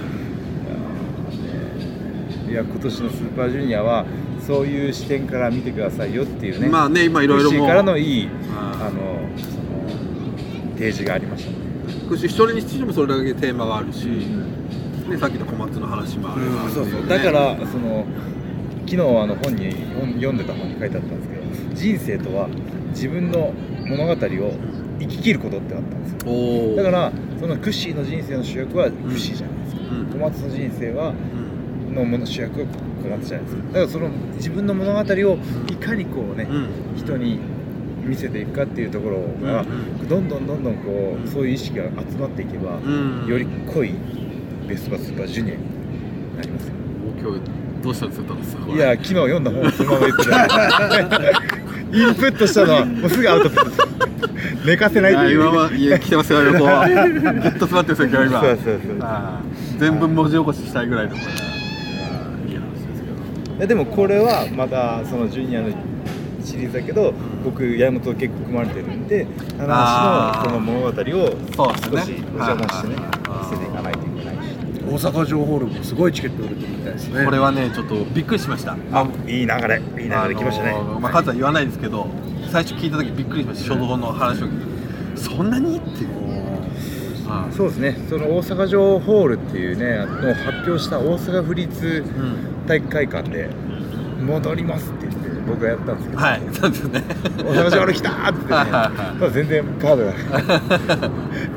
いや今年のスーパージュニアはそういう視点から見てくださいよっていうね、 まあね今いろいろもからのいいあのその提示がありましたね。 一人にしてもそれだけテーマがあるし、うんね、さっきの小松の話もある、うん、 そうそう、だからその昨日あの本に読んでた本に書いてあったんですけど、人生とは自分の物語を生き切ることってあったんですよ。だからそのクッシーの人生の主役はクッシーじゃないですか、うん、小松の人生は、うん、のもの主役は小松じゃないですか。だからその自分の物語をいかにこうね、うん、人に見せていくかっていうところが、うん、どんどんどんどんこうそういう意識が集まっていけば、うん、より濃いベストバスーパージュニアになりますよ。 今日どうしたんですか、ですか。 いや昨日読んだ本をそのまま言ってたインプットしたのはもうすぐアウト寝かせないという。 今はいや来てますよ横はぐっと詰まってるんですよ今。 そうそうそうあ全文文字起こししたいぐらいのこれいい話ですけど。 でもこれはまたそのジュニアのシリーズだけど、うん、僕山本と結構組まれてるんで、棚橋のこの物語を少しお邪魔してね見せていかないといけないし。 大阪城ホールもすごいチケット売れてるみたいですね。 これはねちょっとびっくりしました。 あ、いい流れいい流れ来ましたね。 あのー、まあ数は言わないですけど、最初聞いた時びっくりしました。衝動の話を聞いて、そんなにっていう。 ああそうですね。その大阪城ホールっていうねのを発表した大阪府立体育会館で戻りますって言って僕がやったんですけど、 はい、そうですね。 大阪城ホール来たーって言ってね、ただ全然カードが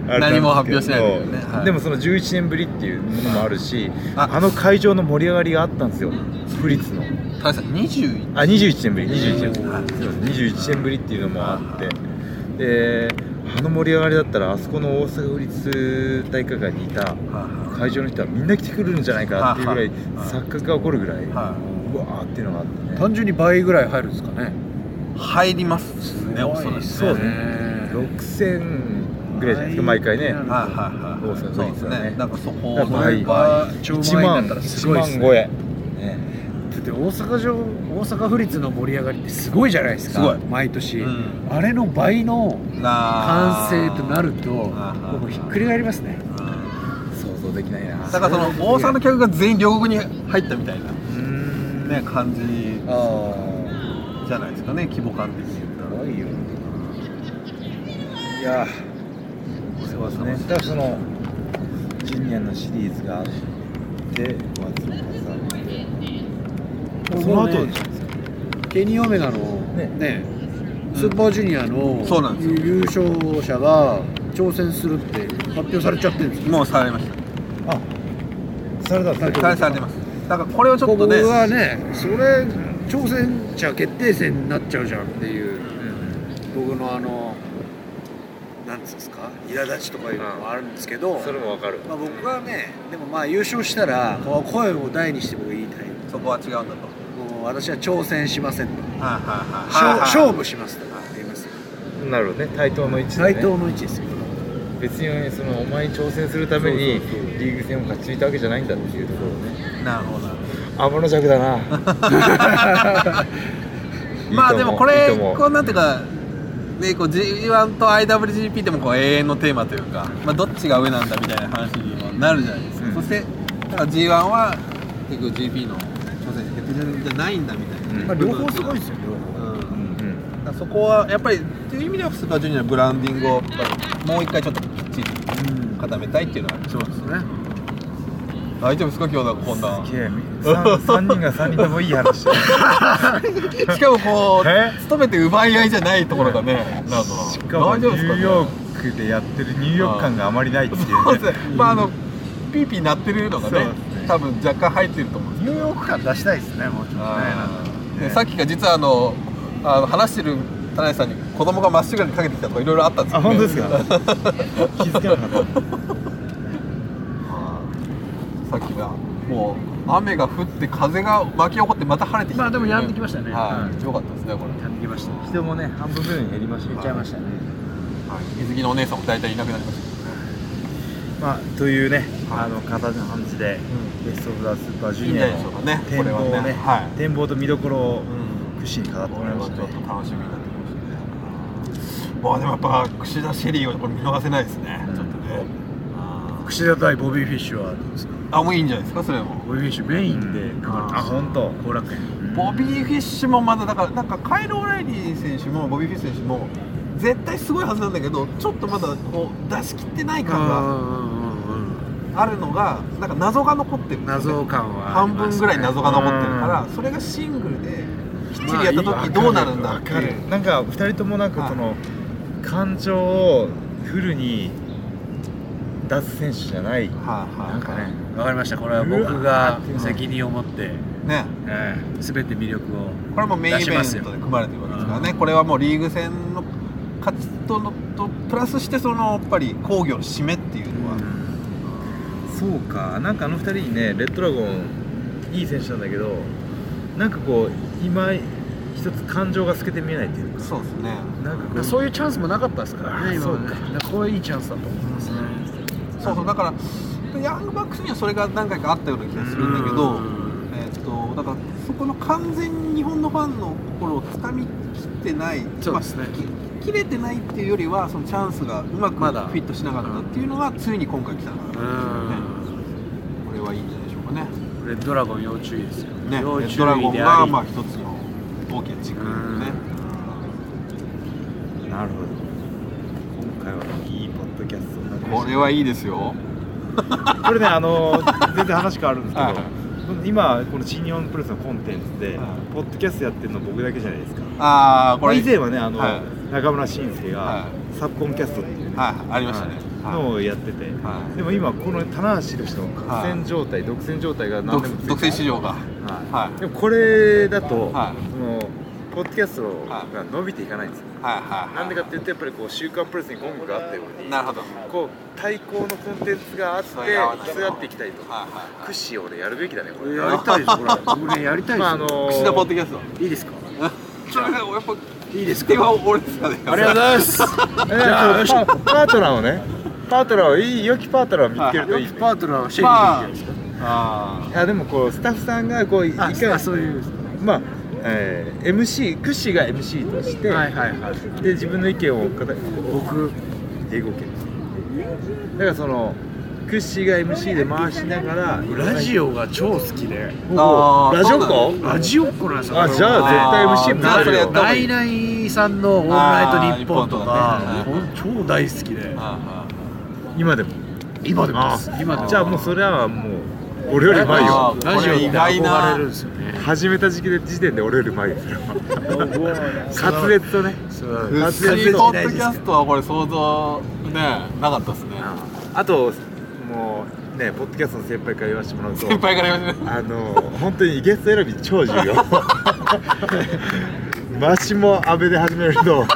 何も発表しないでね、 はい、でもそのじゅういちねんぶりっていうものもあるし、あ, あの会場の盛り上がりがあったんですよ、フリッツの。 田中さんにじゅういちあにじゅういちねんぶりにじゅういちねんぶり、はい、にじゅういちねんぶりっていうのもあって、であの盛り上がりだったらあそこの大阪府立体育館にいた会場の人はみんな来てくるんじゃないかっていうぐらい錯覚が起こるぐらい、うわーっていうのがあってね。 単純に倍ぐらい入るんですかね。 入りますね、おそらく。 そうね、ろくせんぐらいじゃないですか、毎回ね。はいはいはい。大阪府立はね。 なんかそこの倍、いちまんいちまん超え。 で大阪城大阪府立の盛り上がりってすごいじゃないですか。 すごい毎年、うん、あれの倍の完成となるともうひっくり返りますね。 想像できないな。 だからその大阪の客が全員両国に入ったみたいなね感じじゃないですかね、規模感的に言ったら。すごいよ。 いやそうですね。だからそのジュニアのシリーズがあって、ごがつの数あって。その後でしょ、 ケニーオメガのね、ね、スーパージュニアの優勝者が挑戦するって発表されちゃってるんですよ。 もうされました。 あ、されたされたされてます。だからこれをちょっとね、 僕はね、それ挑戦者決定戦になっちゃうじゃんっていう、うん、僕のあのなんつうんですか、苛立ちとかいうのもあるんですけど、 それもわかる。 まあ僕はね、でもまあ優勝したら声を大にして僕言いたい。 そこは違うんだと。 もう私は挑戦しませんと。 はいはいはい。 勝負しますと言いますよ。 なるほどね。対等の位置でね。 対等の位置ですよ。 別にそのお前に挑戦するためにリーグ戦を勝ち抜いたわけじゃないんだっていうところね。 なるほど。 天の弱だな。 まあでもこれこうなんていうか。でこう ジーワン と アイダブリュージーピー でもこう永遠のテーマというか、まあ、どっちが上なんだみたいな話にもなるじゃないですか、うん、そしてだから ジーワン は結構 ジーピー の挑戦者決定戦じゃないんだみたいな、 まあ、両方すごいですよ、両方、うんうんうん、だからそこはやっぱりっていう意味ではスーパージュニアのブランディングをもう一回ちょっときっちり固めたいっていうのはそうですね。 大丈夫ですか今日はこんな。 すげえ 3, さんにんがさんにんともいい話してしかもこう勤めて奪い合いじゃないところがね、なんとしかもニューヨークでやってるニューヨーク感があまりないっていうね。 そうですね。まああのピーピー鳴ってるのがね、多分若干入ってると思うんですニューヨーク感出したいですね、もうちょっとね。 さっきが実はあのあの話してる田中さんに子供がまっしぐらにかけてきたとかいろいろあったんですよね。 あ、本当ですか。気づけなかった。 さっきがもう雨が降って風が巻き起こってまた晴れてきた、ね、 まあでも止んできましたね。 はい、良かったですねこれ。 止んできました。 人もね半分ぐらいに減りました。 減っちゃいましたね。 はい、水着のお姉さんも大体いなくなりました。 まあというね、あの形の感じで、うん、ベストオブザスーパージュニアの展望をね、はい、展望と見どころを串に飾ってもらいましたね。 ちょっと楽しみになってきましたね。まあでもやっぱ櫛田シェリーをこれ見逃せないですね。うん、ちょっとね。 櫛田対ボビーフィッシュはどうですか。 あ、もういいんじゃないですかそれも。 ボビーフィッシュメインで組まれてます。 あ、本当。 後楽園。 ボビーフィッシュもまだだからなんかカイル・オライリー選手もボビーフィッシュ選手も絶対すごいはずなんだけどちょっとまだこう出し切ってない感があるのがなんか謎が残ってる、ね、 謎感は半分ぐらい謎が残ってるからそれがシングルできっちりやった時どうなるんだっていう、 なんかふたりともなんかその感情をフルに出す選手じゃない、はあはあ、なんかね、 わかりました。これは僕が責任を持ってね、 えー、全て魅力をこれもメインイベントで組まれてるわけですからね、うん、これはもうリーグ戦の勝ちとのとプラスしてそのやっぱり興行の締めっていうのは、 うん、そうか、なんかあのふたりにね、レッドラゴンいい選手なんだけどなんかこう今一つ感情が透けて見えないっていうか、 そうですね、 なんかこうそういうチャンスもなかったですからね、今はね。これいいチャンスだと思いますね。 そうそう、だからヤングバックスにはそれが何回かあったような気がするんだけど、えー、とだからそこの完全に日本のファンの心をつかみきってない、 そうですね、まあ、き切れてないっていうよりはそのチャンスがうまくフィットしなかったっていうのがついに今回来たから、ね、これはいいんじゃないでしょうかね。 レッドラゴン要注意ですよね。レッドラゴンがまあ一つの大きな軸ね。 なるほど。今回はいいポッドキャストになってこれはいいですよ。 これね、あの全然話変わるんですけど、はい、今この新日本プロレスのコンテンツで、はい、ポッドキャストやってるの僕だけじゃないですか。 ああ、これ以前はね、あの、はい、中村慎介が、はい、サブコンキャストっていうね、 はい、ありましたね。 のをやってて、はい、でも今この棚橋宏の独占状態、はい、独占状態が何でも独占市場が、はいはい、でもこれだと、はい、そのポッドキャストが伸びていかないんですよ。はいはい、なんでかっていうとやっぱりこう週刊プレスにゴングがあったように、 なるほど、 こう対抗のコンテンツがあって競い合っていきたいと。クッシー俺やるべきだねこれ。 やりたいですこれ。俺やりたいです。 あのー、串田ポッドキャストいいですか。 それがやっぱいいですか。 今俺ですかね。 ありがとうございます。じゃあパートナーをね、パートナーをいい良きパートナーを見つけるといい。 パートナーをシェイクできるんですか。 ああ。いやでもこうスタッフさんがこういかにそういうまあ。えー、エムシー、クッシーが エムシー として、はいはいはい、で自分の意見を語る僕英語圏だからそのクッシーが エムシー で回しながらラジオが超好きで、 あラジオっ子ラジオっ子なんですよ。 あじゃあ絶対 エムシー になるよ。 ナイナイさんのオールナイトニッポンとか超大好きで、 今でも今でも今でもじゃあもうそれはもう俺よりうまいよ。 ラジオに憧れるんですよね。 始めた時期で時点で俺よりうまいですよ。滑舌とね。 滑舌とポッドキャストはこれ想像ねなかったですね。 あともうねポッドキャストの先輩から言わせてもらうと。 先輩から言わせて。 あの本当にゲスト選び超重要。マシも安倍で始めると。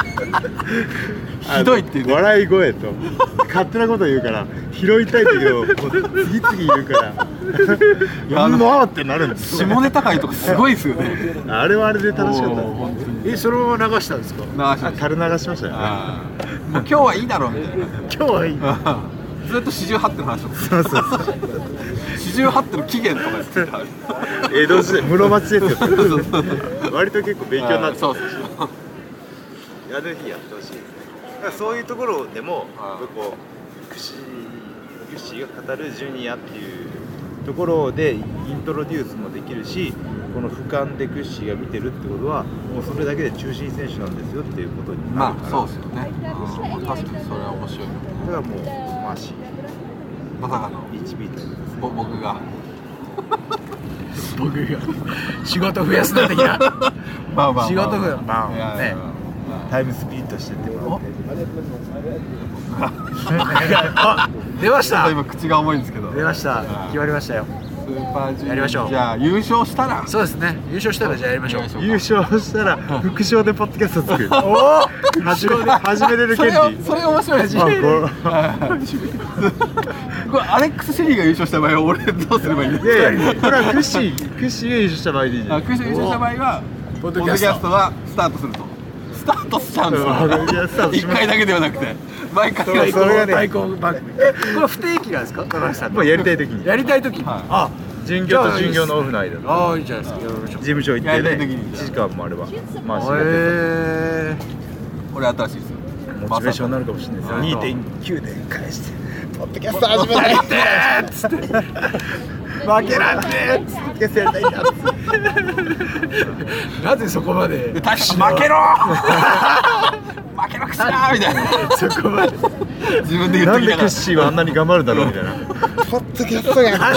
ひどいっていうね。 笑い声と勝手なこと言うから拾いたいっていうのを次々言うからやんのってなるんですよ。 下ネタ会とかすごいですよね。 あれはあれで楽しかった。 えそのまま流したんですか。 流しました。垂れ流しましたよ。 もう今日はいいだろうみたいな。 今日はいい。 ずっと四十八手の話を。 そうそうそう。 四十八手の起源とかです。 江戸時代室町ですよ。割と結構勉強になって。そうそう。やる日やってほしいですね。だからそういうところでもこうクッシークッシーが語るジュニアっていうところでイントロデュースもできるし、この俯瞰でクッシーが見てるってことはもうそれだけで中心選手なんですよっていうことになるから。 まあそうですよね。確かにそれは面白い。 だからもうマーシーまさかのエイチビー というですね。 僕が僕が仕事増やすな的な。 まあまあ仕事増やす。まあね。 タイムスピリットしてってもらってあ出ました。 今口が重いんですけど出ました。決まりましたよ。 スーパージュニアやりましょう。 じゃあ優勝したらそうですね。優勝したらじゃあやりましょう。 優勝したら副賞でポッドキャスト作る。おお始め始めれる権利。 それ面白いですね。これアレックス・シェリーが優勝した場合は俺どうすればいいの。 いやいやこれはクッシークッシーが優勝した場合でいいじゃん。 クッシーが優勝した場合はポッドキャストはスタートすると。スタートしちゃうんですよ。一回だけではなくて毎回がそれがね対抗バック。えこれ不定期なんですか。田中さん。 もうやりたい時に。 やりたい時に。 あ巡業と巡業のオフの間。 ああいいじゃないですか。 事務所行ってねいちじかんもあれば。まあへえ。これ新しいですよ。 モチベーションになるかもしれないですよ。にてんきゅうで返してポッドキャスト始めないってっつって負けなんてっつってポッドキャストやりたいんだっつってなぜそこまで負けろ負けろくしなみたいなそこまで自分で言っときながらなんでクッシーはあんなに頑張るんだろうみたいなポッドキャストが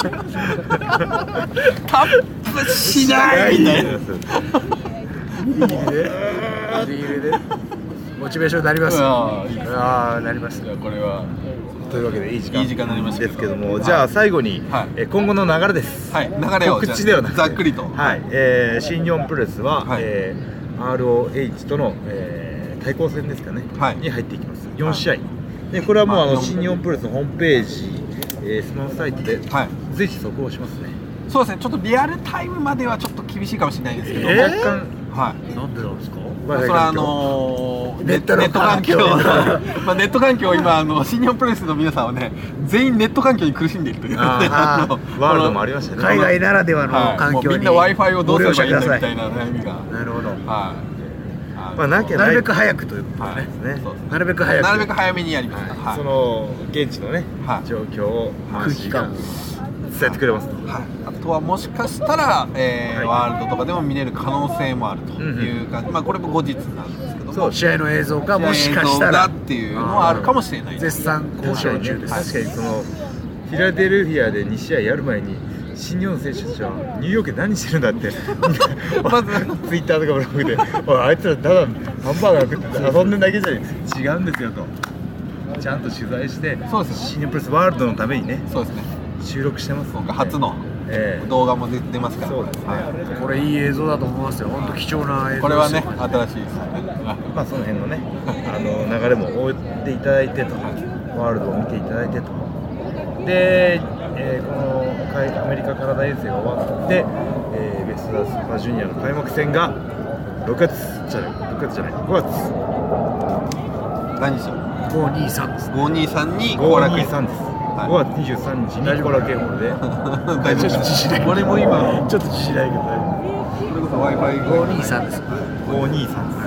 タップしないみたいな。 ギリギリでギリギリでモチベーションになります。ああなります。 これはというわけでいい時間いい時間になりましたですけども、じゃあ最後に今後の流れです。 はい流れを告知ではなくてざっくりと。 はいえ新日本プロレスは アールオーエイチ との対抗戦ですかねに入っていきます。よんしあいでこれはもうあの新日本プロレスのホームページスマホサイトで随時速報しますね。 そうですね。ちょっとリアルタイムまではちょっと厳しいかもしれないですけど、 若干はいなんでなんですか。 まあ、それはあのー、 ネットの環境まあネット環境今あの新日本プロレスの皆さんはね全員ネット環境に苦しんでいるというワールドもありましたね。 海外ならではの環境に、 はい、みんな Wi-Fi をどうすればいいんだみたいな悩みが。 なるほど。はい。 まあなきゃなるべく早くということですね。なるべく早く。 なるべく早めにやりました。 その現地のね状況を空気感伝えてくれます。 あとはもしかしたら、えーはい、ワールドとかでも見れる可能性もあるという感じ、うんうん、まあこれも後日なんですけども、 そう試合の映像がもしかしたらっていうのはあるかもしれない。 絶賛交渉中です。 確かにそのフィラデルフィアでにしあいやる前に新日本選手たちはニューヨークで何してるんだってまずツイッターとかブログでおいあいつらただハンバーガー食って遊んでるだけじゃ違うんですよと。 ちゃんと取材して、 そうですよ新日本プロレスワールドのためにね、 そうですね、 収録してますので、 今回初のええ動画も出出ますから、 そうですね、 これいい映像だと思いますよ。本当貴重な映像。 これはね、新しいですね。 まあその辺のね、あの流れも追っていただいてと、ワールドを見ていただいてと、で、えー、このアメリカカナダ遠征が終わって、えー、ベストダースーパージュニアの開幕戦がろくがつじゃない、ろくがつじゃない、ごがつ。 何日？ ごにさんです。 ごにさんにごにさんです。ごがつにじゅうさんにちに後楽園ホールで。 大丈夫です。 俺も今ちょっと自信ないけど大丈夫。 それこそ Wi-Fi ごにさんです。 ごにさんです。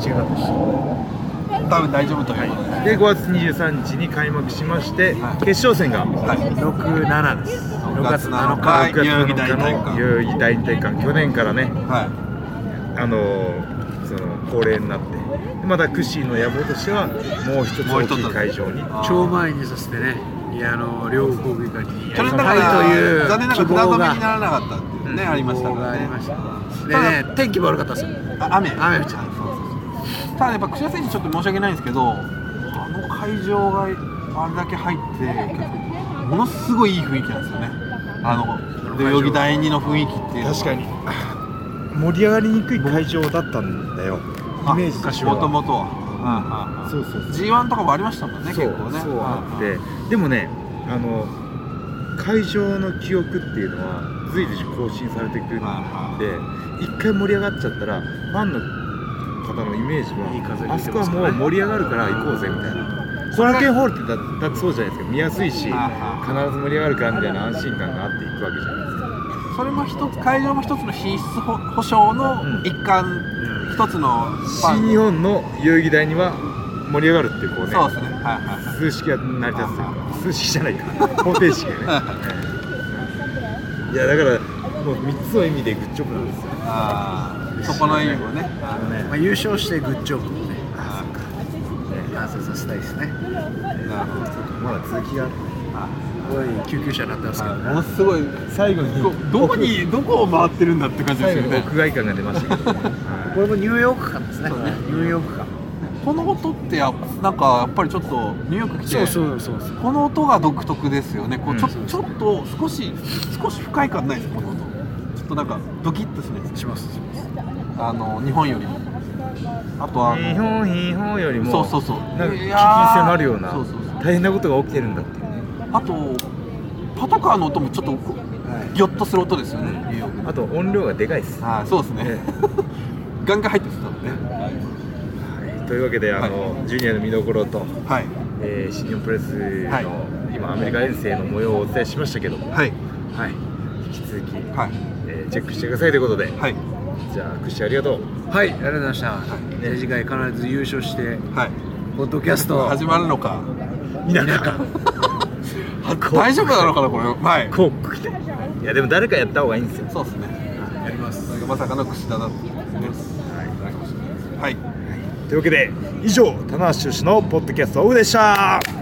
違かったし。 多分大丈夫ということで。 でごがつにじゅうさんにちに開幕しまして、決勝戦がろく、しちです。 ろくがつなのか、代々木第二体育館。 代々木第二体育館、去年からね、 はい、 あのその恒例になって、まだクッシーの野望としてはもう一つ大きい会場に超満員にさせてね、いやあの両国技館に去年だからという残念ながら札止めにならなかったっていうね、ありましたからね。 でね、天気も悪かったですよ。 雨雨降っちゃった。 ただやっぱ櫛田選手ちょっと申し訳ないんですけど、あの会場があれだけ入ってものすごいいい雰囲気なんですよね。あの代々木第二の雰囲気っていうのは確かに盛り上がりにくい会場だったんだよ、イメージとしては。 もともとはそうそうそう、 ジーワン とかもありましたもんね、結構ね。 そうあって、でもね、あの会場の記憶っていうのは随時更新されていくんで、一回盛り上がっちゃったらファンの方のイメージは、あそこはもう盛り上がるから行こうぜみたいな。後楽園ホールってだだってそうじゃないですか、見やすいし、必ず盛り上がるからみたいな安心感があっていくわけじゃないですか。 それも一つ、会場も一つの品質保証の一環、うん、一つの新日本の代々木第二は盛り上がるっていうこうね、 そうですね、はいはい、 数式が成り立つというか、数式じゃないか、方程式がね。いやだからもうみっつの意味でグッジョブなんですよ。 ああ、そこの意味もね。 あのね、まあ、優勝してグッジョブをね、完成させたいですね。 なるほど。 まだ続きがある。 すごい救急車になってますけど、 ものすごい最後にどこにどこを回ってるんだって感じですよね。 屋外感が出ましたけど、これもニューヨーク感ですね。ニューヨーク感。 この音ってやなんかやっぱりちょっとニューヨーク来て、 そうそうそうそう。 この音が独特ですよね。こうちょ、うん、ちょっと少し少し不快感ないですこの音。ちょっとなんかドキッとしないです。 しますします。 あの日本よりも。あとは日本日本よりもそうそうそう。 なんか危機に迫るような大変なことが起きてるんだっていうね。 あとパトカーの音もちょっとギョッとする音ですよね。 はい、あと音量がでかいです。 あ、そうですね。ねガンガン入ってますね。はい、 というわけであの、はい、ジュニアの見どころと、はい、えー、新日本プロレスの、はい、今アメリカ遠征の模様をお伝えしましたけど、はい、はい、引き続き、はい、えー、チェックしてくださいということで、はい、じゃあクッシーありがとう。 はい、ありがとうございました。はい、ね、次回必ず優勝して、はい、ポッドキャスト始まるのか否か。 大丈夫なのかなこれ。はい。 広告で。いやでも誰かやった方がいいんですよ。 そうですね。 やります。 それがまさかの櫛田だったんですね。はい。はい。 というわけで以上棚橋宏のポッドキャストオフでした。